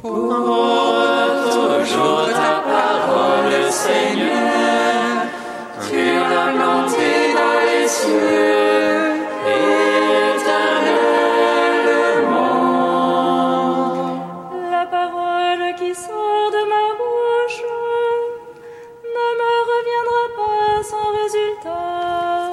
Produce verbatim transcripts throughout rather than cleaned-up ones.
Pour toujours ta parole, Seigneur, tu l'as plantée dans les cieux, éternellement. La parole qui sort de ma bouche ne me reviendra pas sans résultat.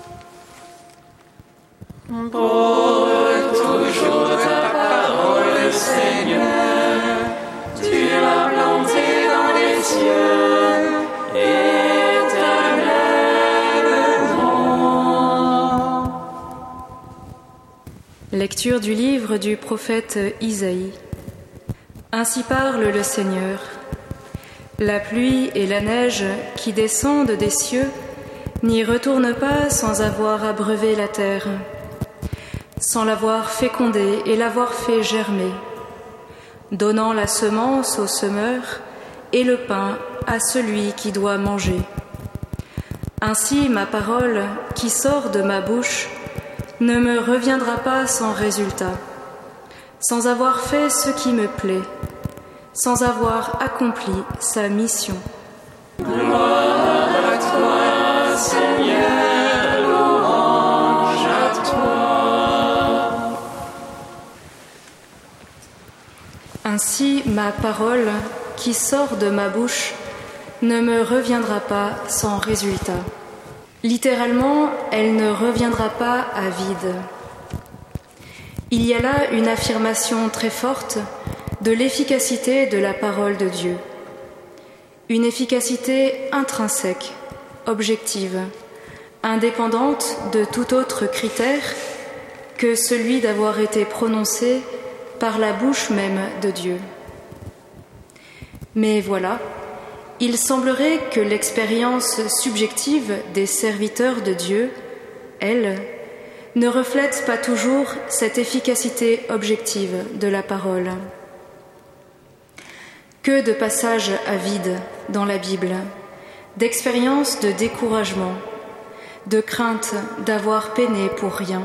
Pour toujours ta parole, Seigneur, tu l'as plantée dans les cieux, éternellement. Lecture du livre du prophète Isaïe. Ainsi parle le Seigneur. La pluie et la neige qui descendent des cieux n'y retournent pas sans avoir abreuvé la terre, sans l'avoir fécondée et l'avoir fait germer, donnant la semence au semeur et le pain à celui qui doit manger. Ainsi ma parole qui sort de ma bouche ne me reviendra pas sans résultat, sans avoir fait ce qui me plaît, sans avoir accompli sa mission. Gloire à toi, Seigneur, louange à toi. Ainsi ma parole qui sort de ma bouche ne me reviendra pas sans résultat. Littéralement, elle ne reviendra pas à vide. Il y a là une affirmation très forte de l'efficacité de la parole de Dieu. Une efficacité intrinsèque, objective, indépendante de tout autre critère que celui d'avoir été prononcée par la bouche même de Dieu. Mais voilà, il semblerait que l'expérience subjective des serviteurs de Dieu, elle, ne reflète pas toujours cette efficacité objective de la parole. Que de passages à vide dans la Bible, d'expériences de découragement, de crainte d'avoir peiné pour rien.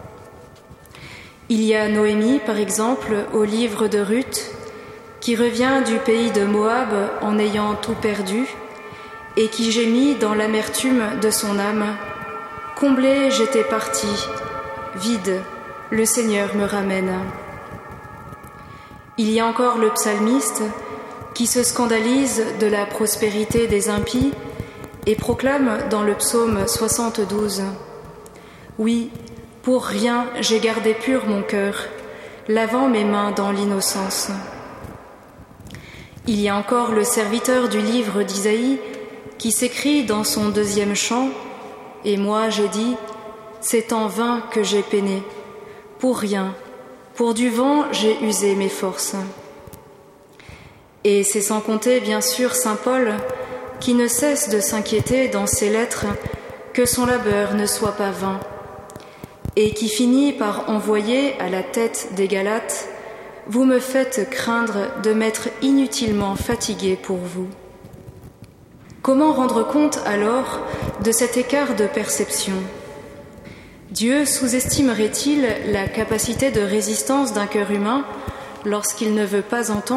Il y a Noémie, par exemple, au livre de Ruth, qui revient du pays de Moab en ayant tout perdu et qui gémit dans l'amertume de son âme. « Comblée, j'étais partie, vide, le Seigneur me ramène. » Il y a encore le psalmiste qui se scandalise de la prospérité des impies et proclame dans le psaume soixante-douze « Oui, pour rien j'ai gardé pur mon cœur, lavant mes mains dans l'innocence. » Il y a encore le serviteur du livre d'Isaïe qui s'écrie dans son deuxième chant « Et moi j'ai dit, c'est en vain que j'ai peiné, pour rien, pour du vent j'ai usé mes forces. » Et c'est sans compter bien sûr saint Paul qui ne cesse de s'inquiéter dans ses lettres que son labeur ne soit pas vain et qui finit par envoyer à la tête des Galates « Vous me faites craindre de m'être inutilement fatigué pour vous. » Comment rendre compte alors de cet écart de perception ? Dieu sous-estimerait-il la capacité de résistance d'un cœur humain lorsqu'il ne veut pas entendre ?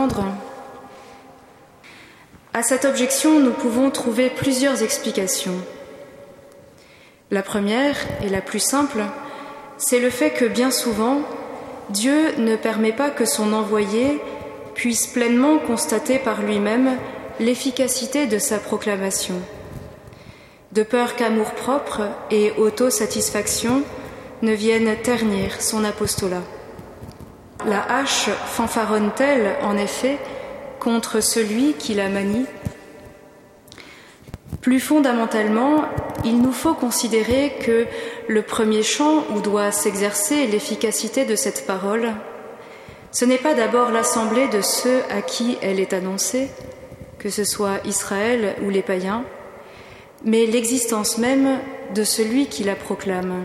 À cette objection, nous pouvons trouver plusieurs explications. La première, et la plus simple, c'est le fait que bien souvent, Dieu ne permet pas que son envoyé puisse pleinement constater par lui-même l'efficacité de sa proclamation, de peur qu'amour-propre et autosatisfaction ne viennent ternir son apostolat. La hache fanfaronne-t-elle, en effet, contre celui qui la manie ? Plus fondamentalement, il nous faut considérer que le premier champ où doit s'exercer l'efficacité de cette parole, ce n'est pas d'abord l'assemblée de ceux à qui elle est annoncée, que ce soit Israël ou les païens, mais l'existence même de celui qui la proclame.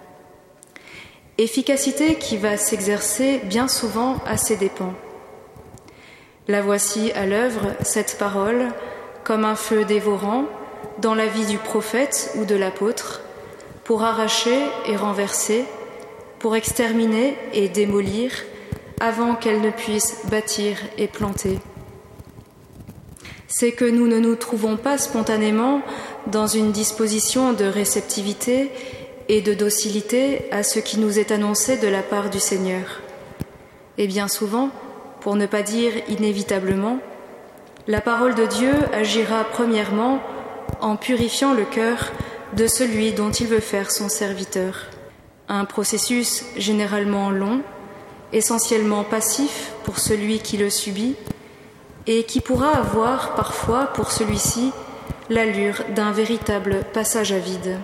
Efficacité qui va s'exercer bien souvent à ses dépens. La voici à l'œuvre, cette parole, comme un feu dévorant, dans la vie du prophète ou de l'apôtre, pour arracher et renverser, pour exterminer et démolir, avant qu'elle ne puisse bâtir et planter. C'est que nous ne nous trouvons pas spontanément dans une disposition de réceptivité et de docilité à ce qui nous est annoncé de la part du Seigneur. Et bien souvent, pour ne pas dire inévitablement, la parole de Dieu agira premièrement en purifiant le cœur de celui dont il veut faire son serviteur. Un processus généralement long, essentiellement passif pour celui qui le subit, et qui pourra avoir parfois pour celui-ci l'allure d'un véritable passage à vide.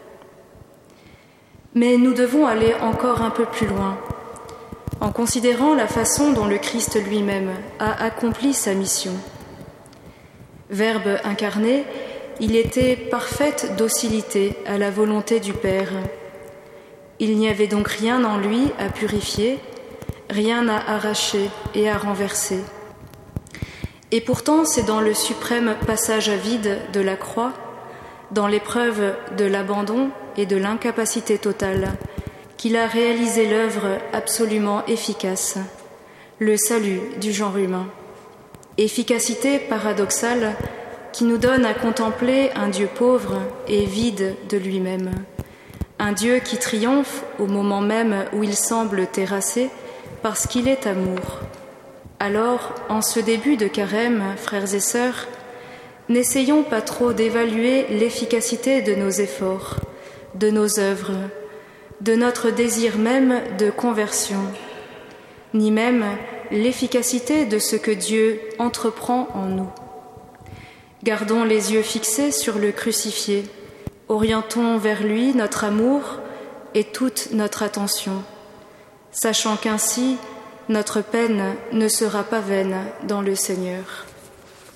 Mais nous devons aller encore un peu plus loin, en considérant la façon dont le Christ lui-même a accompli sa mission. Verbe incarné, il était parfaite docilité à la volonté du Père. Il n'y avait donc rien en lui à purifier, rien à arracher et à renverser. Et pourtant, c'est dans le suprême passage à vide de la croix, dans l'épreuve de l'abandon et de l'incapacité totale, qu'il a réalisé l'œuvre absolument efficace, le salut du genre humain. Efficacité paradoxale qui nous donne à contempler un Dieu pauvre et vide de lui-même, un Dieu qui triomphe au moment même où il semble terrassé parce qu'il est amour. Alors, en ce début de carême, frères et sœurs, n'essayons pas trop d'évaluer l'efficacité de nos efforts, de nos œuvres, de notre désir même de conversion, ni même l'efficacité de ce que Dieu entreprend en nous. Gardons les yeux fixés sur le crucifié, orientons vers lui notre amour et toute notre attention, sachant qu'ainsi notre peine ne sera pas vaine dans le Seigneur.